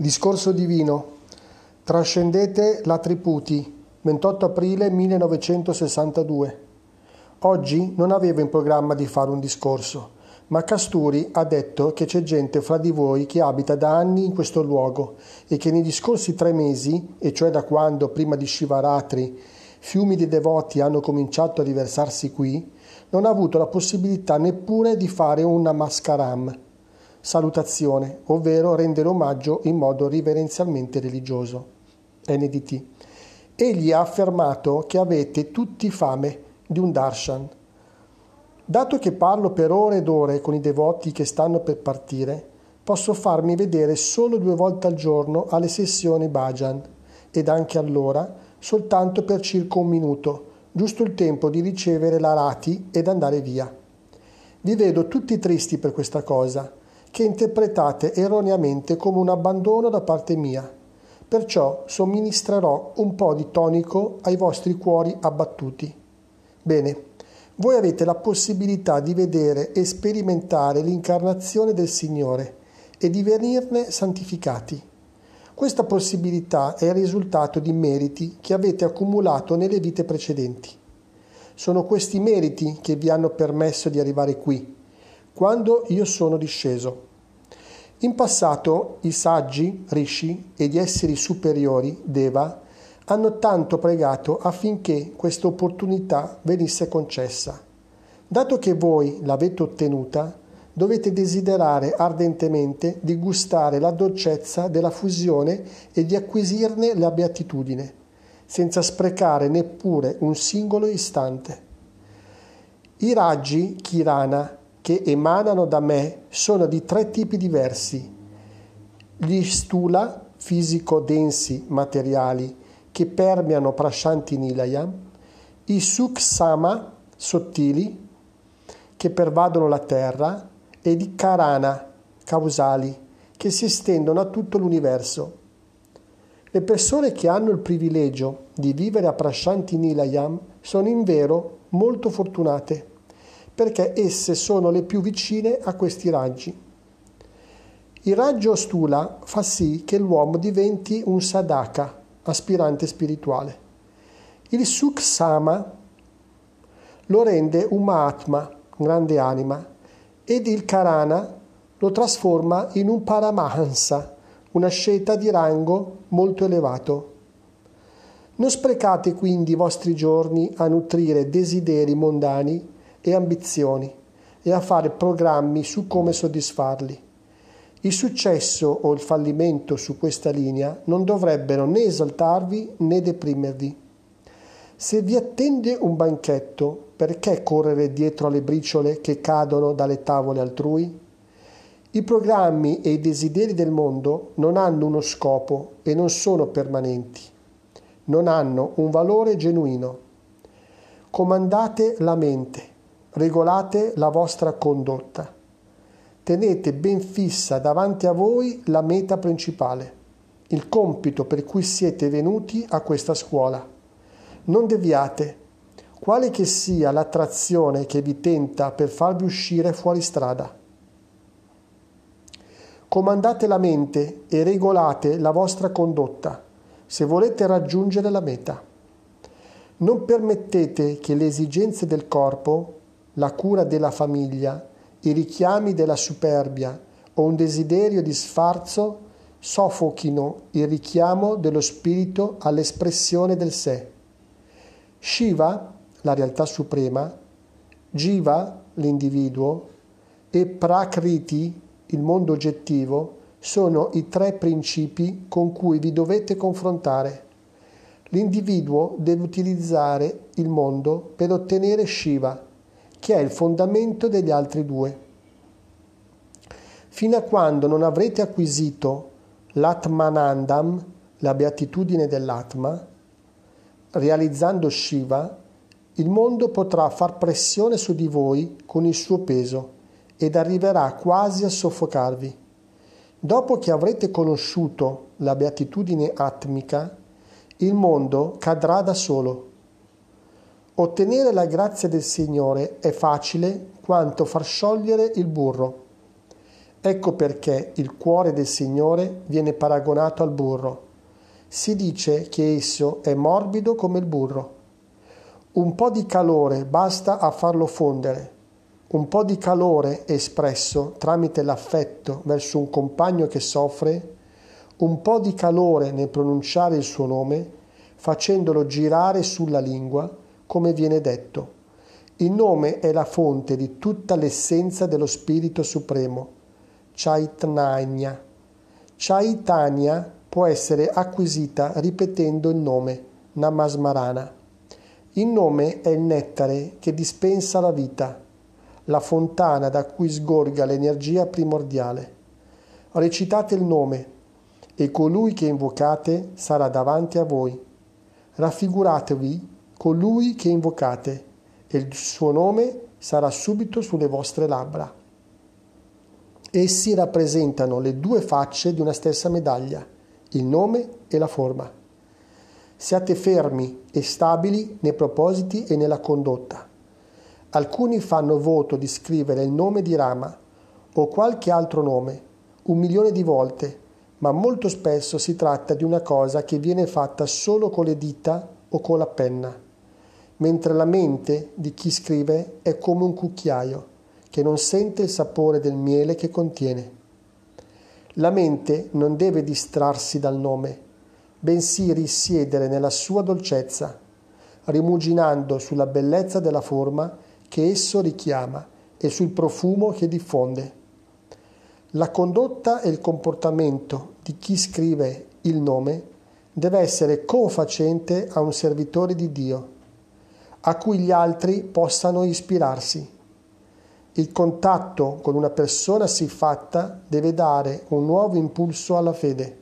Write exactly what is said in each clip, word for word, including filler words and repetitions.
Discorso divino. Trascendete l'Atriputi, ventotto aprile millenovecentosessantadue. Oggi non avevo in programma di fare un discorso, ma Casturi ha detto che c'è gente fra di voi che abita da anni in questo luogo e che nei discorsi tre mesi, e cioè da quando, prima di Shivaratri, fiumi di devoti hanno cominciato a riversarsi qui, non ha avuto la possibilità neppure di fare un namaskaram, salutazione, ovvero rendere omaggio in modo riverenzialmente religioso. N D T. Egli ha affermato che avete tutti fame di un darshan. Dato che parlo per ore ed ore con i devoti che stanno per partire, posso farmi vedere solo due volte al giorno alle sessioni bhajan, ed anche allora soltanto per circa un minuto, giusto il tempo di ricevere la rati ed andare via. Vi vedo tutti tristi per questa cosa, che interpretate erroneamente come un abbandono da parte mia. Perciò somministrerò un po' di tonico ai vostri cuori abbattuti. Bene, voi avete la possibilità di vedere e sperimentare l'incarnazione del Signore e di venirne santificati. Questa possibilità è il risultato di meriti che avete accumulato nelle vite precedenti. Sono questi meriti che vi hanno permesso di arrivare qui, quando io sono disceso. In passato i saggi, rishi, e gli esseri superiori, deva, hanno tanto pregato affinché questa opportunità venisse concessa. Dato che voi l'avete ottenuta, dovete desiderare ardentemente di gustare la dolcezza della fusione e di acquisirne la beatitudine, senza sprecare neppure un singolo istante. I raggi kirana che emanano da me sono di tre tipi diversi: gli stula, fisico-densi, materiali, che permeano prashanti nilayam, i suksama, sottili, che pervadono la terra, ed i karana, causali, che si estendono a tutto l'universo. Le persone che hanno il privilegio di vivere a prashanti nilayam sono in vero molto fortunate, perché esse sono le più vicine a questi raggi. Il raggio stula fa sì che l'uomo diventi un sadhaka, aspirante spirituale. Il suksama lo rende un mahatma, grande anima, ed il karana lo trasforma in un paramahansa, una asceta di rango molto elevato. Non sprecate quindi i vostri giorni a nutrire desideri mondani e ambizioni e a fare programmi su come soddisfarli. Il successo o il fallimento su questa linea non dovrebbero né esaltarvi né deprimervi. Se vi attende un banchetto, perché correre dietro alle briciole che cadono dalle tavole altrui? I programmi e i desideri del mondo non hanno uno scopo e non sono permanenti. Non hanno un valore genuino. Comandate la mente. Regolate la vostra condotta. Tenete ben fissa davanti a voi la meta principale, il compito per cui siete venuti a questa scuola. Non deviate, quale che sia l'attrazione che vi tenta per farvi uscire fuori strada. Comandate la mente e regolate la vostra condotta se volete raggiungere la meta. Non permettete che le esigenze del corpo, la cura della famiglia, i richiami della superbia o un desiderio di sfarzo soffochino il richiamo dello spirito all'espressione del sé. Shiva, la realtà suprema, Jiva, l'individuo, e Prakriti, il mondo oggettivo, sono i tre principi con cui vi dovete confrontare. L'individuo deve utilizzare il mondo per ottenere Shiva, che è il fondamento degli altri due. Fino a quando non avrete acquisito l'Atmanandam, la beatitudine dell'Atma, realizzando Shiva, il mondo potrà far pressione su di voi con il suo peso ed arriverà quasi a soffocarvi. Dopo che avrete conosciuto la beatitudine atmica, il mondo cadrà da solo. Ottenere la grazia del Signore è facile quanto far sciogliere il burro. Ecco perché il cuore del Signore viene paragonato al burro. Si dice che esso è morbido come il burro. Un po' di calore basta a farlo fondere. Un po' di calore espresso tramite l'affetto verso un compagno che soffre, un po' di calore nel pronunciare il suo nome, facendolo girare sulla lingua, come viene detto. Il nome è la fonte di tutta l'essenza dello Spirito Supremo, Chaitanya. Chaitanya può essere acquisita ripetendo il nome, Namasmarana. Il nome è il nettare che dispensa la vita, la fontana da cui sgorga l'energia primordiale. Recitate il nome e colui che invocate sarà davanti a voi. Raffiguratevi colui che invocate e il suo nome sarà subito sulle vostre labbra. Essi rappresentano le due facce di una stessa medaglia, il nome e la forma. Siate fermi e stabili nei propositi e nella condotta. Alcuni fanno voto di scrivere il nome di Rama o qualche altro nome, un milione di volte, ma molto spesso si tratta di una cosa che viene fatta solo con le dita o con la penna, mentre la mente di chi scrive è come un cucchiaio che non sente il sapore del miele che contiene. La mente non deve distrarsi dal nome, bensì risiedere nella sua dolcezza, rimuginando sulla bellezza della forma che esso richiama e sul profumo che diffonde. La condotta e il comportamento di chi scrive il nome deve essere confacente a un servitore di Dio, a cui gli altri possano ispirarsi. Il contatto con una persona siffatta deve dare un nuovo impulso alla fede.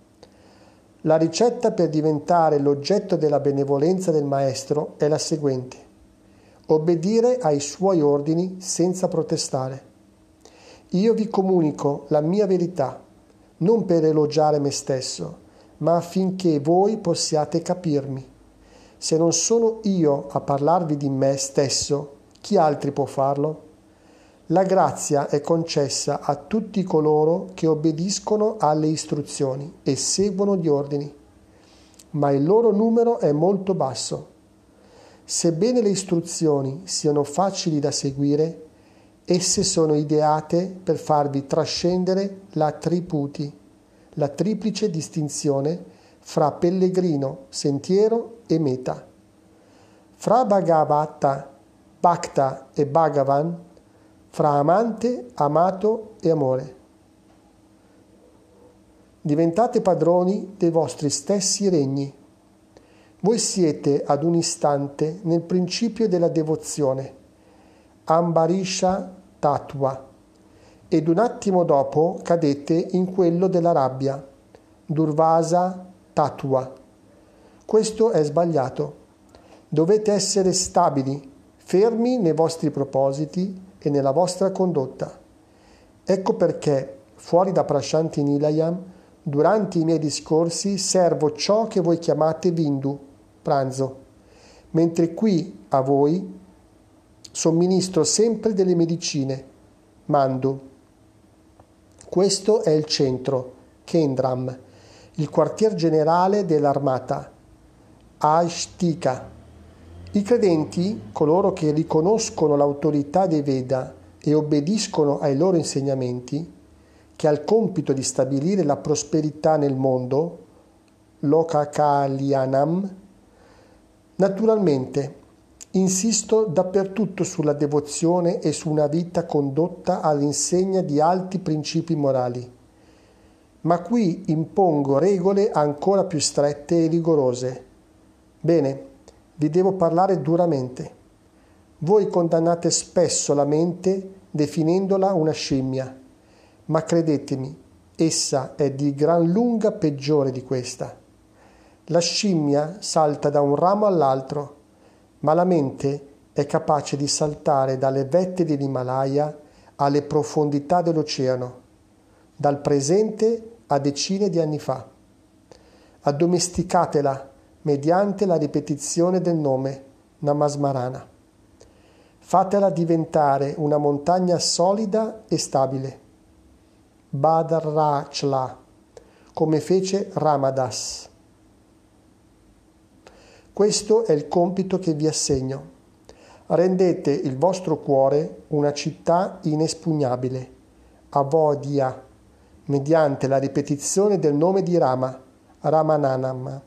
La ricetta per diventare l'oggetto della benevolenza del Maestro è la seguente: obbedire ai suoi ordini senza protestare. Io vi comunico la mia verità, non per elogiare me stesso, ma affinché voi possiate capirmi. Se non sono io a parlarvi di me stesso, chi altri può farlo? La grazia è concessa a tutti coloro che obbediscono alle istruzioni e seguono gli ordini, ma il loro numero è molto basso. Sebbene le istruzioni siano facili da seguire, esse sono ideate per farvi trascendere la triputi, la triplice distinzione fra pellegrino, sentiero e meta. Fra Bhagavata, Bhakta e Bhagavan, fra amante, amato e amore. Diventate padroni dei vostri stessi regni. Voi siete ad un istante nel principio della devozione, Ambarisha Tattva, ed un attimo dopo cadete in quello della rabbia, Durvasa Tattva. Questo è sbagliato. Dovete essere stabili, fermi nei vostri propositi e nella vostra condotta. Ecco perché, fuori da Prashanti Nilayam, durante i miei discorsi servo ciò che voi chiamate Vindu, pranzo, mentre qui a voi somministro sempre delle medicine, Mandu. Questo è il centro, Kendram, il quartier generale dell'armata, Ashtika. I credenti, coloro che riconoscono l'autorità dei Veda e obbediscono ai loro insegnamenti, che ha il compito di stabilire la prosperità nel mondo, Lokakalyanam, naturalmente insisto dappertutto sulla devozione e su una vita condotta all'insegna di alti principi morali. Ma qui impongo regole ancora più strette e rigorose. Bene, vi devo parlare duramente. Voi condannate spesso la mente definendola una scimmia, ma credetemi, essa è di gran lunga peggiore di questa. La scimmia salta da un ramo all'altro, ma la mente è capace di saltare dalle vette dell'Himalaya alle profondità dell'oceano, dal presente a decine di anni fa. Addomesticatela mediante la ripetizione del nome Namasmarana. Fatela diventare una montagna solida e stabile. Bhadrachla, come fece Ramadas. Questo è il compito che vi assegno. Rendete il vostro cuore una città inespugnabile, Avodhya, mediante la ripetizione del nome di Rama, Ramananam.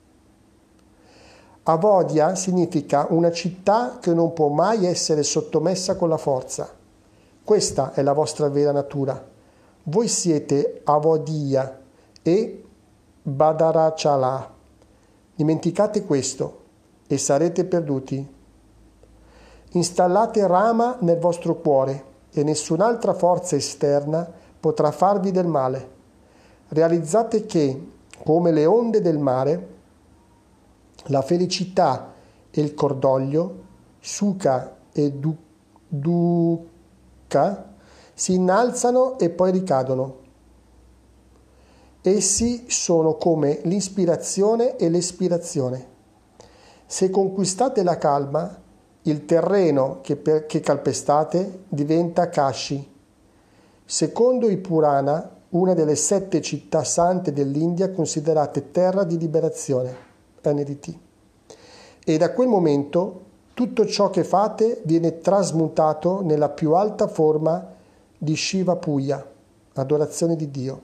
Avodhya significa una città che non può mai essere sottomessa con la forza. Questa è la vostra vera natura. Voi siete Avodhya e Bhadrachala. Dimenticate questo e sarete perduti. Installate Rama nel vostro cuore e nessun'altra forza esterna potrà farvi del male. Realizzate che, come le onde del mare, la felicità e il cordoglio, Sukha e du- Dukkha, si innalzano e poi ricadono. Essi sono come l'ispirazione e l'espirazione. Se conquistate la calma, il terreno che, per, che calpestate diventa Kashi. Secondo i Purana, una delle sette città sante dell'India considerate terra di liberazione, N D T. E da quel momento tutto ciò che fate viene trasmutato nella più alta forma di Shiva Puja, adorazione di Dio.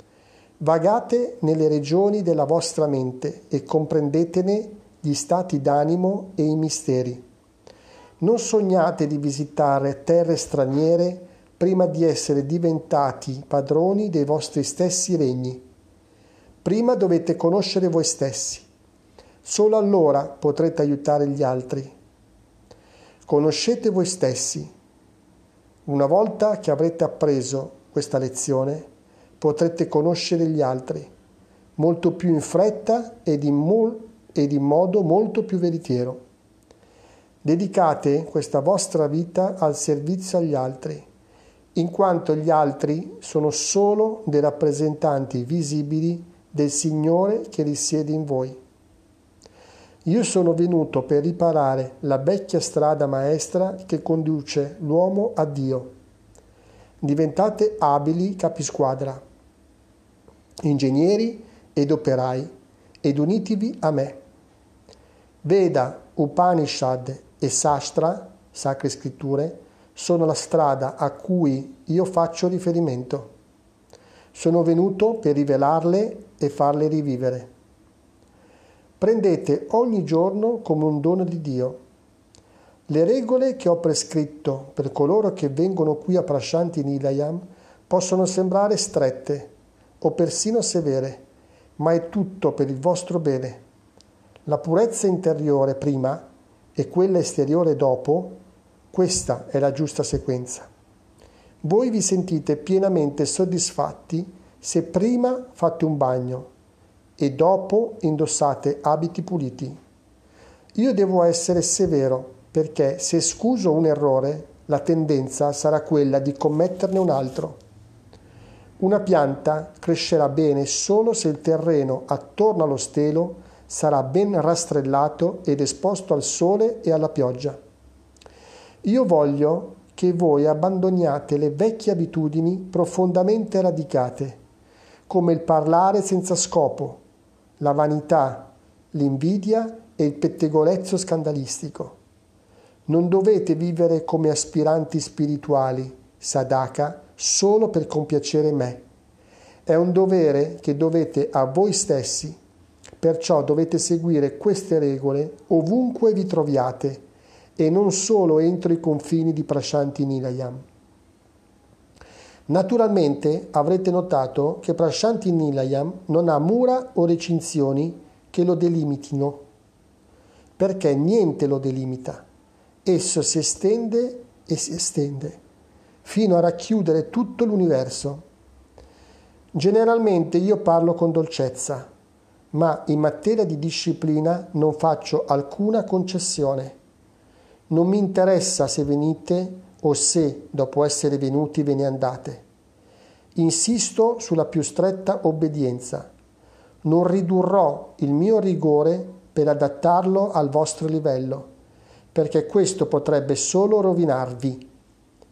Vagate nelle regioni della vostra mente e comprendetene gli stati d'animo e i misteri. Non sognate di visitare terre straniere prima di essere diventati padroni dei vostri stessi regni. Prima dovete conoscere voi stessi. Solo allora potrete aiutare gli altri. Conoscete voi stessi. Una volta che avrete appreso questa lezione, potrete conoscere gli altri, molto più in fretta ed in, mol- ed in modo molto più veritiero. Dedicate questa vostra vita al servizio agli altri, in quanto gli altri sono solo dei rappresentanti visibili del Signore che risiede in voi. Io sono venuto per riparare la vecchia strada maestra che conduce l'uomo a Dio. Diventate abili capisquadra, ingegneri ed operai, ed unitevi a me. Veda, Upanishad e Shastra, sacre scritture, sono la strada a cui io faccio riferimento. Sono venuto per rivelarle e farle rivivere. Prendete ogni giorno come un dono di Dio. Le regole che ho prescritto per coloro che vengono qui a Prashanti Nilayam possono sembrare strette o persino severe, ma è tutto per il vostro bene. La purezza interiore prima e quella esteriore dopo, questa è la giusta sequenza. Voi vi sentite pienamente soddisfatti se prima fate un bagno e dopo indossate abiti puliti. Io devo essere severo perché se scuso un errore, la tendenza sarà quella di commetterne un altro. Una pianta crescerà bene solo se il terreno attorno allo stelo sarà ben rastrellato ed esposto al sole e alla pioggia. Io voglio che voi abbandoniate le vecchie abitudini profondamente radicate, come il parlare senza scopo, la vanità, l'invidia e il pettegolezzo scandalistico. Non dovete vivere come aspiranti spirituali, sadhaka, solo per compiacere me. È un dovere che dovete a voi stessi, perciò dovete seguire queste regole ovunque vi troviate e non solo entro i confini di Prashanti Nilayam. Naturalmente avrete notato che Prashanti Nilayam non ha mura o recinzioni che lo delimitino, perché niente lo delimita. Esso si estende e si estende, fino a racchiudere tutto l'universo. Generalmente io parlo con dolcezza, ma in materia di disciplina non faccio alcuna concessione. Non mi interessa se venite o se, dopo essere venuti, ve ne andate. Insisto sulla più stretta obbedienza. Non ridurrò il mio rigore per adattarlo al vostro livello, perché questo potrebbe solo rovinarvi.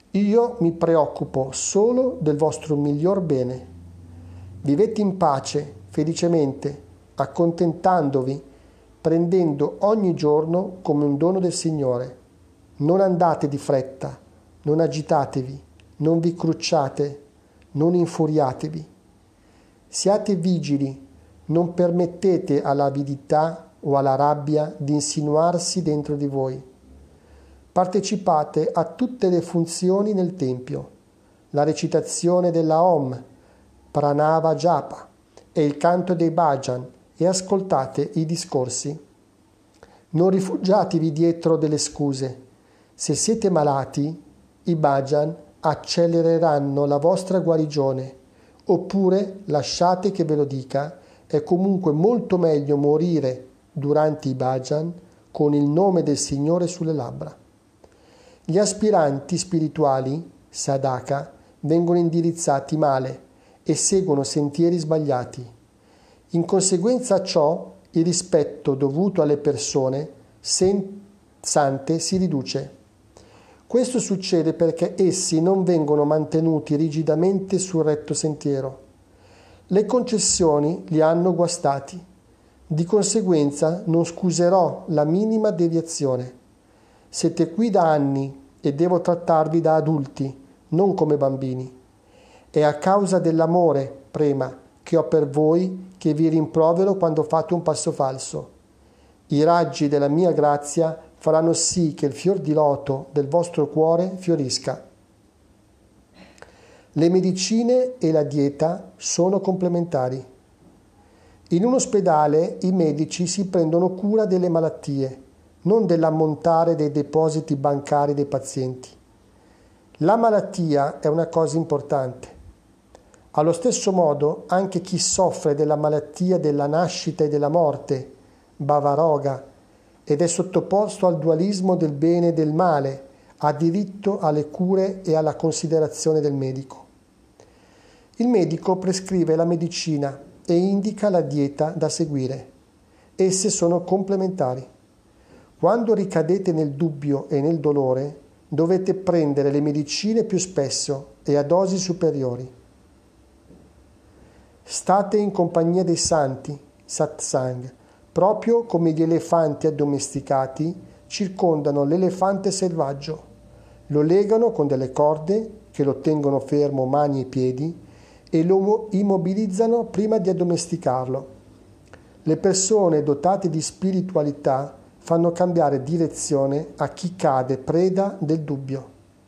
Io mi preoccupo solo del vostro miglior bene. Vivete in pace, felicemente, accontentandovi, prendendo ogni giorno come un dono del Signore. Non andate di fretta, non agitatevi, non vi crucciate, non infuriatevi. Siate vigili, non permettete all'avidità o alla rabbia di insinuarsi dentro di voi. Partecipate a tutte le funzioni nel Tempio, la recitazione della Om, Pranava Japa e il canto dei Bhajan, e ascoltate i discorsi. Non rifugiatevi dietro delle scuse. Se siete malati, i Bhajan accelereranno la vostra guarigione, oppure lasciate che ve lo dica, è comunque molto meglio morire durante i Bhajan con il nome del Signore sulle labbra. Gli aspiranti spirituali, sadhaka, vengono indirizzati male e seguono sentieri sbagliati. In conseguenza a ciò, il rispetto dovuto alle persone sante si riduce. Questo succede perché essi non vengono mantenuti rigidamente sul retto sentiero. Le concessioni li hanno guastati. Di conseguenza non scuserò la minima deviazione. Siete qui da anni e devo trattarvi da adulti, non come bambini. È a causa dell'amore, prema, che ho per voi che vi rimprovero quando fate un passo falso. I raggi della mia grazia faranno sì che il fior di loto del vostro cuore fiorisca. Le medicine e la dieta sono complementari. In un ospedale i medici si prendono cura delle malattie, non dell'ammontare dei depositi bancari dei pazienti. La malattia è una cosa importante. Allo stesso modo, anche chi soffre della malattia della nascita e della morte, Bhavaroga, ed è sottoposto al dualismo del bene e del male, ha diritto alle cure e alla considerazione del medico. Il medico prescrive la medicina e indica la dieta da seguire. Esse sono complementari. Quando ricadete nel dubbio e nel dolore, dovete prendere le medicine più spesso e a dosi superiori. State in compagnia dei santi, satsang, proprio come gli elefanti addomesticati circondano l'elefante selvaggio. Lo legano con delle corde che lo tengono fermo mani e piedi e lo immobilizzano prima di addomesticarlo. Le persone dotate di spiritualità fanno cambiare direzione a chi cade preda del dubbio.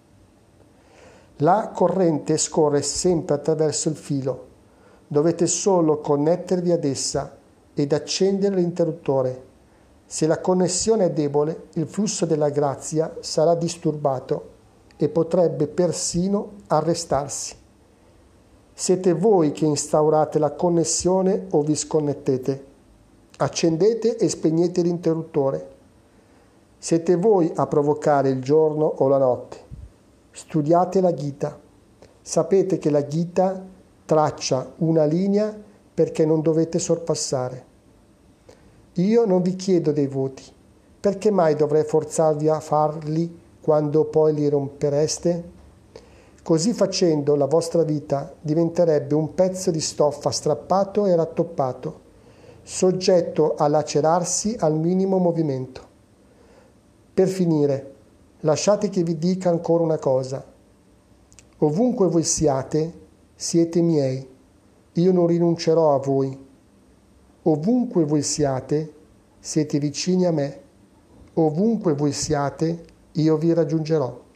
La corrente scorre sempre attraverso il filo. Dovete solo connettervi ad essa ed accendere l'interruttore. Se la connessione è debole, il flusso della grazia sarà disturbato e potrebbe persino arrestarsi. Siete voi che instaurate la connessione o vi sconnettete. Accendete e spegnete l'interruttore. Siete voi a provocare il giorno o la notte. Studiate la Gita. Sapete che la Gita traccia una linea perché non dovete sorpassare. Io non vi chiedo dei voti. Perché mai dovrei forzarvi a farli quando poi li rompereste? Così facendo la vostra vita diventerebbe un pezzo di stoffa strappato e rattoppato, soggetto a lacerarsi al minimo movimento. Per finire, lasciate che vi dica ancora una cosa. Ovunque voi siate, siete miei. Io non rinuncerò a voi. Ovunque voi siate, siete vicini a me. Ovunque voi siate, io vi raggiungerò.